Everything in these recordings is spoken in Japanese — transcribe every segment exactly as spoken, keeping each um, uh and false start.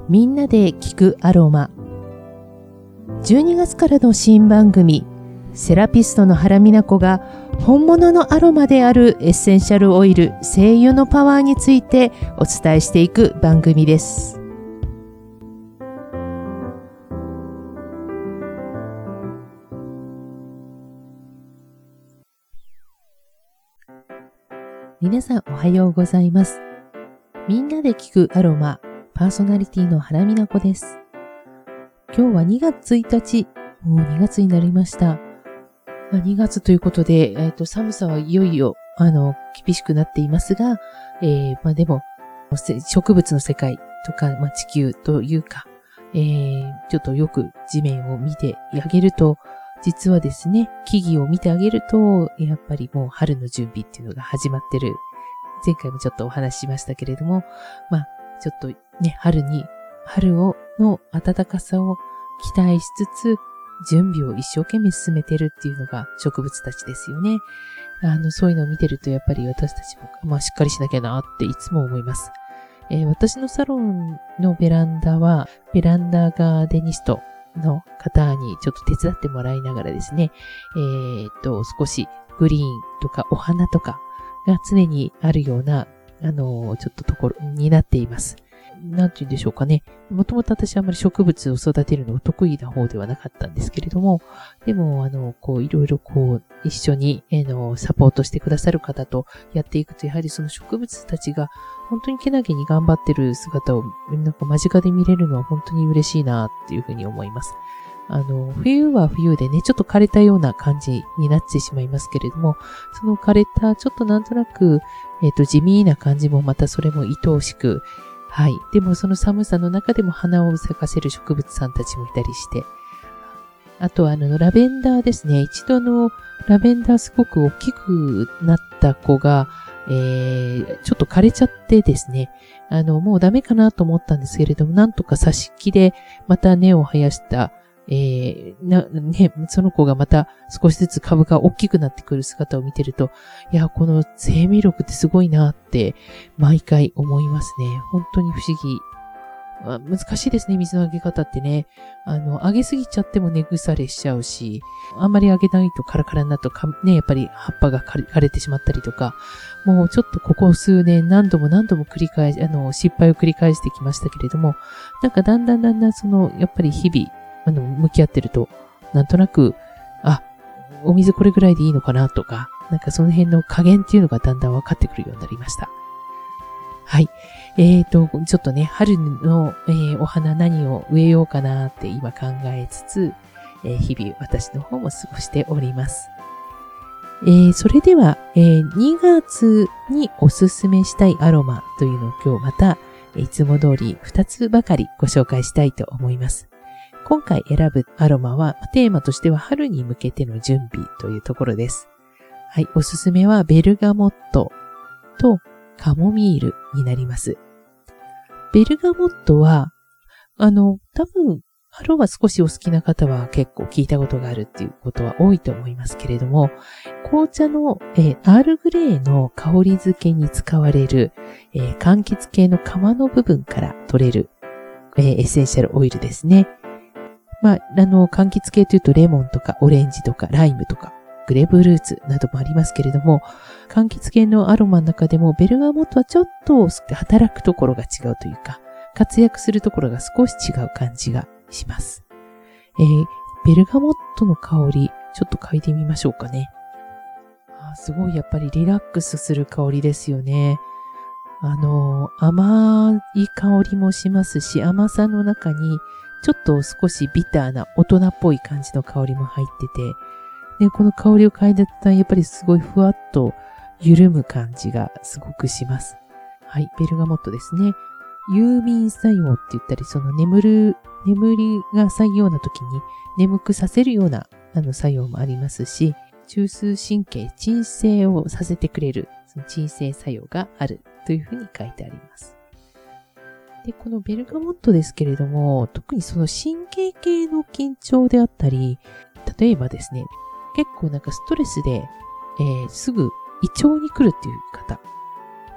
みんなで聞くアロマ。じゅうにがつからの新番組、セラピストの原美奈子が本物のアロマであるエッセンシャルオイル、精油のパワーについてお伝えしていく番組です。皆さんおはようございます。みんなで聞くアロマ、パーソナリティの原美奈子です。今日はにがつついたち、もうにがつになりました。まあ、にがつということで、えっと、寒さはいよいよ、あの、厳しくなっていますが、えー、まあでも、植物の世界とか、まあ地球というか、えー、ちょっとよく地面を見てあげると、実はですね、木々を見てあげると、やっぱりもう春の準備っていうのが始まってる。前回もちょっとお話ししましたけれども、まあ、ちょっとね、春に、春を、の暖かさを期待しつつ、準備を一生懸命進めてるっていうのが植物たちですよね。あの、そういうのを見てると、やっぱり私たちも、まあ、しっかりしなきゃなっていつも思います。えー、私のサロンのベランダは、ベランダガーデニストの方にちょっと手伝ってもらいながらですね、えー、っと、少しグリーンとかお花とかが常にあるような、あの、ちょっとところになっています。なんて言うんでしょうかね。もともと私はあまり植物を育てるのが得意な方ではなかったんですけれども、でも、あの、こう、いろいろこう、一緒に、えの、サポートしてくださる方とやっていくと、やはりその植物たちが本当にけなげに頑張ってる姿を、なんか間近で見れるのは本当に嬉しいなっていうふうに思います。あの、冬は冬でね、ちょっと枯れたような感じになってしまいますけれども、その枯れた、ちょっとなんとなく、えっと、地味な感じもまたそれも愛おしく、はい。でもその寒さの中でも花を咲かせる植物さんたちもいたりして、あとあの、ラベンダーですね。一度のラベンダーすごく大きくなった子が、えー、ちょっと枯れちゃってですね、あの、もうダメかなと思ったんですけれども、なんとか挿し木でまた根を生やした、えー、な、ね、その子がまた少しずつ株が大きくなってくる姿を見てると、いや、この生命力ってすごいなって毎回思いますね。本当に不思議。難しいですね、水のあげ方ってね。あの、あげすぎちゃっても根腐れしちゃうし、あんまりあげないとカラカラになるとか、ね、やっぱり葉っぱが枯れてしまったりとか、もうちょっとここ数年何度も何度も繰り返し、あの、失敗を繰り返してきましたけれども、なんかだんだんだんだんその、やっぱり日々、あの、向き合ってると、なんとなく、あ、お水これぐらいでいいのかなとか、なんかその辺の加減っていうのがだんだん分かってくるようになりました。はい。えーと、ちょっとね、春の、えー、お花何を植えようかなって今考えつつ、えー、日々私の方も過ごしております。えー、それでは、えー、にがつにおすすめしたいアロマというのを今日また、いつも通りふたつばかりご紹介したいと思います。今回選ぶアロマは、テーマとしては春に向けての準備というところです。はい、おすすめはベルガモットとカモミールになります。ベルガモットは、あの、多分、春は少しお好きな方は結構聞いたことがあるっていうことは多いと思いますけれども、紅茶の、えー、アールグレーの香り付けに使われる、えー、柑橘系の皮の部分から取れる、えー、エッセンシャルオイルですね。まあ、あの、柑橘系というとレモンとかオレンジとかライムとかグレープフルーツなどもありますけれども、柑橘系のアロマの中でもベルガモットはちょっと働くところが違うというか、活躍するところが少し違う感じがします。えー、ベルガモットの香り、ちょっと嗅いでみましょうかね。あ、すごいやっぱりリラックスする香りですよね。あの、甘い香りもしますし、甘さの中にちょっと少しビターな大人っぽい感じの香りも入ってて、で、この香りを嗅いだ途端、やっぱりすごいふわっと緩む感じがすごくします。はい、ベルガモットですね。有眠作用って言ったり、その眠る、眠りが作用な時に眠くさせるようなあの作用もありますし、中枢神経鎮静をさせてくれる、その鎮静作用があるというふうに書いてあります。で、このベルガモットですけれども、特にその神経系の緊張であったり、例えばですね、結構なんかストレスで、えー、すぐ胃腸に来るっていう方、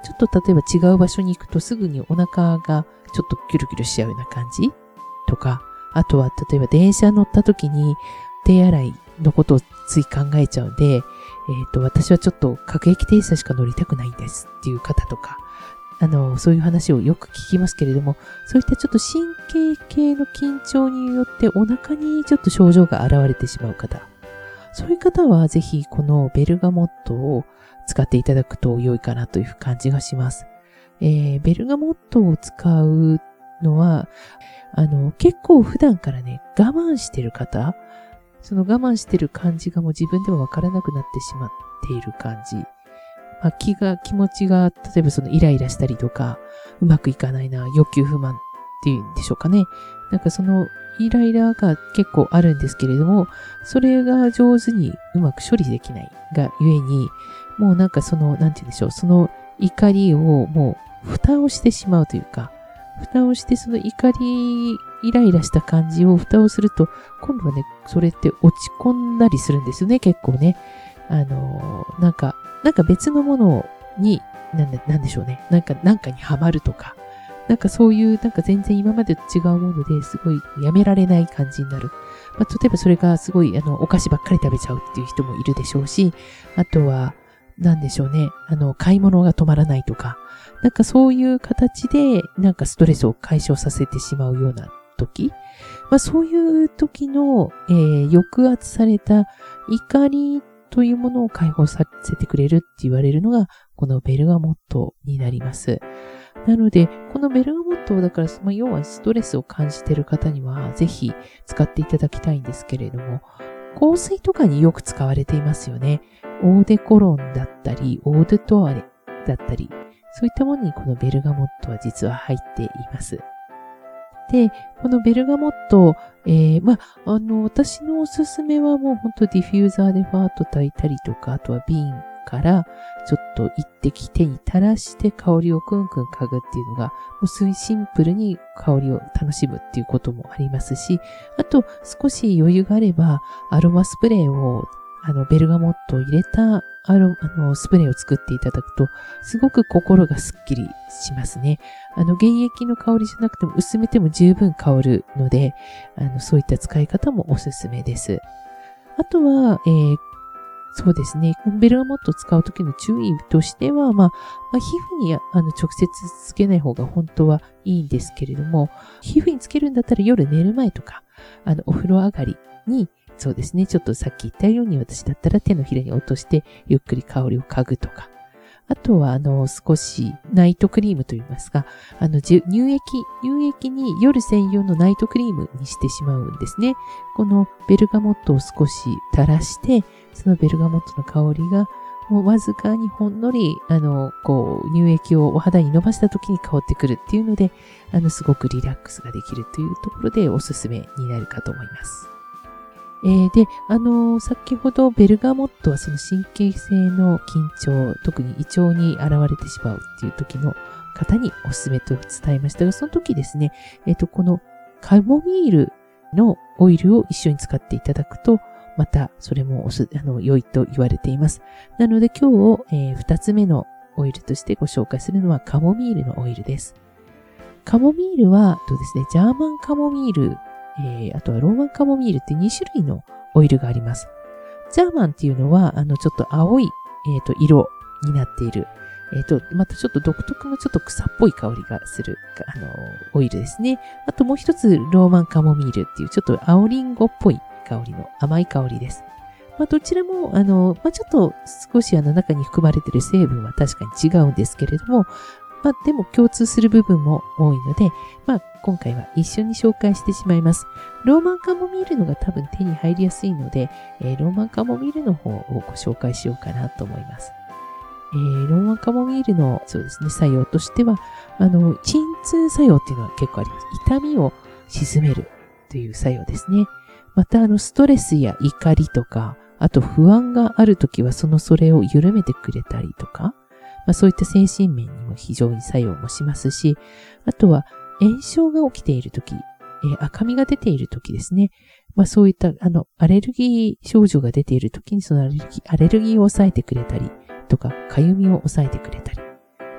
ちょっと例えば違う場所に行くとすぐにお腹がちょっとキュルキュルしちゃうような感じとか、あとは例えば電車乗った時に手洗いのことをつい考えちゃうんで、えっと、私はちょっと各駅停車しか乗りたくないんですっていう方とか、あの、そういう話をよく聞きますけれども、そういったちょっと神経系の緊張によってお腹にちょっと症状が現れてしまう方、そういう方はぜひこのベルガモットを使っていただくと良いかなという感じがします。えー、ベルガモットを使うのは、あの、結構普段からね、我慢してる方、その我慢してる感じがもう自分でもわからなくなってしまっている感じ。まあ、気が、気持ちが、例えばそのイライラしたりとか、うまくいかないな、欲求不満っていうんでしょうかね。なんかそのイライラが結構あるんですけれども、それが上手にうまく処理できないがゆえに、もうなんかその、なんて言うんでしょう、その怒りをもう蓋をしてしまうというか、蓋をしてその怒り、イライラした感じを蓋をすると、今度はね、それって落ち込んだりするんですよね、結構ね。あのー、なんか、なんか別のものに、なんで、なんでしょうね。なんか、なんかにハマるとか、なんかそういう、なんか全然今までと違うものですごいやめられない感じになる。まあ、例えばそれがすごい、あの、お菓子ばっかり食べちゃうっていう人もいるでしょうし、あとは、なんでしょうね。あの、買い物が止まらないとか、なんかそういう形で、なんかストレスを解消させてしまうような時、まあそういう時の、えー、抑圧された怒りというものを解放させてくれるって言われるのが、このベルガモットになります。なので、このベルガモットを、だから、まあ、要はストレスを感じている方には、ぜひ使っていただきたいんですけれども、香水とかによく使われていますよね。オーデコロンだったり、オーデトワレだったり、そういったものにこのベルガモットは実は入っています。で、このベルガモット、えー、まあ、あの、私のおすすめはもうほんとディフューザーでファーッと炊いたりとか、あとは瓶からちょっと一滴手に垂らして香りをクンクン嗅ぐっていうのが、もうすごいシンプルに香りを楽しむっていうこともありますし、あと少し余裕があればアロマスプレーをあのベルガモットを入れたアロあのスプレーを作っていただくとすごく心がスッキリしますね。あの原液の香りじゃなくても薄めても十分香るので、あのそういった使い方もおすすめです。あとは、えーそうですね。ベルガモットを使うときの注意としては、まあ、まあ、皮膚にあの直接つけない方が本当はいいんですけれども、皮膚につけるんだったら夜寝る前とか、あの、お風呂上がりに、そうですね。ちょっとさっき言ったように私だったら手のひらに落としてゆっくり香りを嗅ぐとか、あとは、あの、少しナイトクリームといいますか、あの、乳液、乳液に夜専用のナイトクリームにしてしまうんですね。このベルガモットを少し垂らして、そのベルガモットの香りが、もうわずかにほんのり、あの、こう、乳液をお肌に伸ばした時に香ってくるっていうので、あの、すごくリラックスができるというところでおすすめになるかと思います。えー、で、あのー、先ほどベルガモットはその神経性の緊張、特に胃腸に現れてしまうっていう時の方におすすめと伝えましたが、その時ですね、えっと、このカモミールのオイルを一緒に使っていただくと、またそれもおす、あの、良いと言われています。なので今日、えー、二つ目のオイルとしてご紹介するのはカモミールのオイルです。カモミールは、とですね、ジャーマンカモミール、えー、あとはローマンカモミールってに種類のオイルがあります。ジャーマンっていうのは、あの、ちょっと青い、えっと、色になっている。えっと、またちょっと独特のちょっと草っぽい香りがする、あの、オイルですね。あともう一つ、ローマンカモミールっていう、ちょっと青リンゴっぽい香りの甘い香りです。まあ、どちらも、あの、まあ、ちょっと少しあの中に含まれている成分は確かに違うんですけれども、まあ、でも共通する部分も多いので、まあ、今回は一緒に紹介してしまいます。ローマンカモミールのが多分手に入りやすいので、えー、ローマンカモミールの方をご紹介しようかなと思います。えー、ローマンカモミールの、そうですね、作用としては、あの、鎮痛作用っていうのは結構あります。痛みを鎮めるという作用ですね。また、あの、ストレスや怒りとか、あと不安があるときはそのそれを緩めてくれたりとか、まあ、そういった精神面にも非常に作用もしますし、あとは炎症が起きているとき、えー、赤みが出ているときですね。まあそういったあのアレルギー症状が出ているときにそのアレルギー、アレルギーを抑えてくれたりとか、かゆみを抑えてくれたり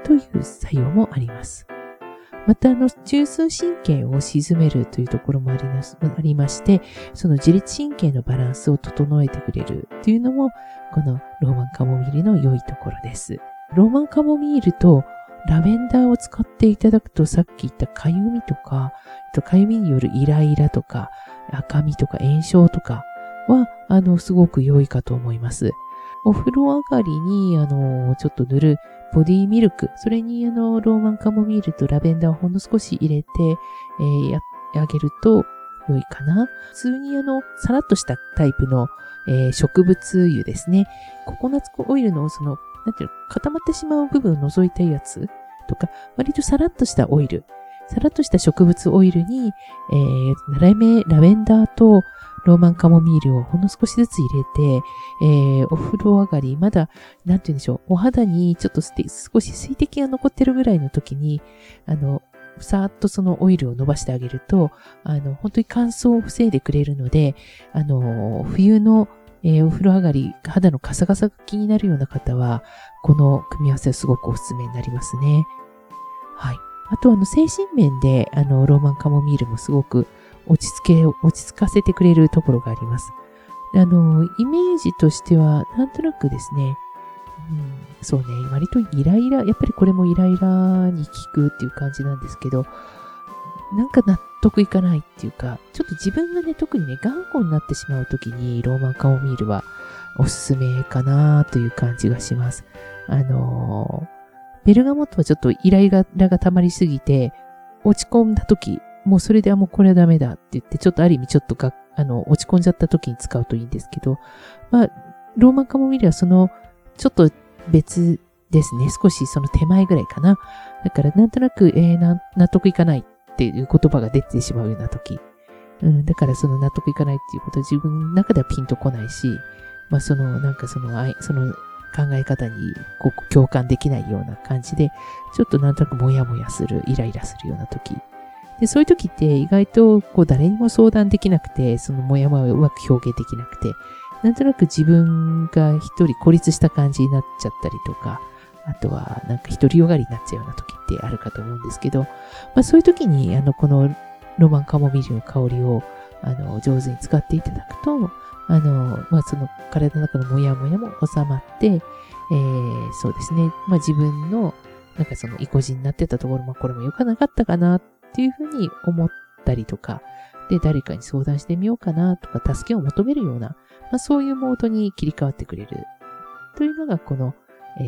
という作用もあります。また、あの、中枢神経を鎮めるというところもあります、ありまして、その自律神経のバランスを整えてくれるというのも、このローマンカモミールの良いところです。ローマンカモミールとラベンダーを使っていただくと、さっき言ったかゆみとか、かゆみによるイライラとか、赤みとか炎症とかは、あの、すごく良いかと思います。お風呂上がりに、あの、ちょっと塗るボディミルク、それにあの、ローマンカモミールとラベンダーをほんの少し入れて、えー、やってあげると良いかな。普通にあの、さらっとしたタイプの、えー、植物油ですね。ココナッツオイルのその、なんていうの、固まってしまう部分を除いたやつとか、割とさらっとしたオイル、さらっとした植物オイルに、えー、ラベラベンダーとローマンカモミールをほんの少しずつ入れて、えー、お風呂上がり、まだ、なんて言うんでしょう、お肌にちょっと少し水滴が残ってるぐらいの時に、あの、さーっとそのオイルを伸ばしてあげると、あの、本当に乾燥を防いでくれるので、あの、冬の、えー、お風呂上がり、肌のカサカサが気になるような方は、この組み合わせはすごくおすすめになりますね。はい。あと、あの、精神面で、あの、ローマンカモミールもすごく落ち着け、落ち着かせてくれるところがあります。あの、イメージとしては、なんとなくですね、うん、そうね、割とイライラ、やっぱりこれもイライラに効くっていう感じなんですけど、なんか納得いかないっていうか、ちょっと自分がね、特にね、頑固になってしまうときに、ローマンカモミールはおすすめかなという感じがします。あのー、ベルガモットはちょっとイライラが溜まりすぎて、落ち込んだとき、もうそれではもうこれはダメだって言って、ちょっとある意味ちょっとが、あの、落ち込んじゃったときに使うといいんですけど、まあ、ローマンカモミールはその、ちょっと別ですね。少しその手前ぐらいかな。だからなんとなく、えー、な納得いかないっていう言葉が出てしまうようなとき。うん、だからその納得いかないっていうことは自分の中ではピンとこないし、まあその、なんかその、その、考え方にこう共感できないような感じで、ちょっとなんとなくモヤモヤする、イライラするような時。で、そういう時って意外とこう誰にも相談できなくて、そのモヤモヤをうまく表現できなくて、なんとなく自分が一人孤立した感じになっちゃったりとか、あとはなんか独りよがりになっちゃうような時ってあるかと思うんですけど、まあそういう時にあのこのロマンカモミールの香りをあの上手に使っていただくと、あの、まあ、その体の中のモヤモヤも収まって、えー、そうですね。まあ、自分の、なんかその意固地になってたところも、これも良くなかったかなっていうふうに思ったりとか、で、誰かに相談してみようかなとか、助けを求めるような、まあ、そういうモードに切り替わってくれるというのが、この、えー、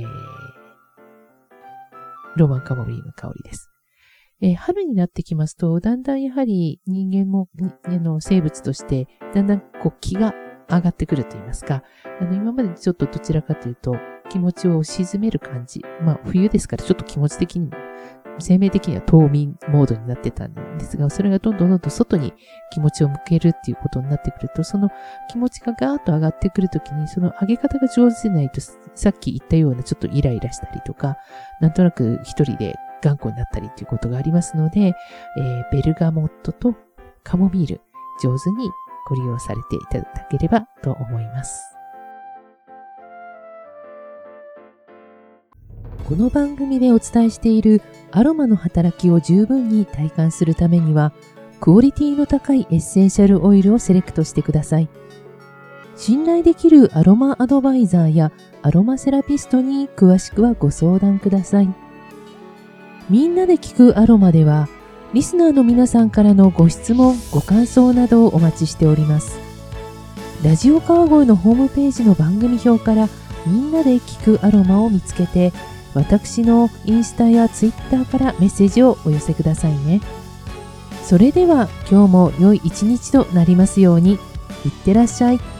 ロマンカモミールの香りです。えー、春になってきますと、だんだんやはり人間も、あの、生物として、だんだんこう気が上がってくると言いますか、あの、今までちょっとどちらかというと、気持ちを沈める感じ。まあ、冬ですからちょっと気持ち的に、生命的には冬眠モードになってたんですが、それがどんどんどんどん外に気持ちを向けるっていうことになってくると、その気持ちがガーッと上がってくるときに、その上げ方が上手でないと、さっき言ったようなちょっとイライラしたりとか、なんとなく一人で頑固になったりということがありますので、えー、ベルガモットとカモミール、上手にご利用されていただければと思います。この番組でお伝えしているアロマの働きを十分に体感するためには、クオリティの高いエッセンシャルオイルをセレクトしてください。信頼できるアロマアドバイザーやアロマセラピストに詳しくはご相談ください。みんなで聞くアロマでは、リスナーの皆さんからのご質問、ご感想などをお待ちしております。ラジオ川越のホームページの番組表からみんなで聞くアロマを見つけて、私のインスタやツイッターからメッセージをお寄せくださいね。それでは今日も良い一日となりますように。いってらっしゃい。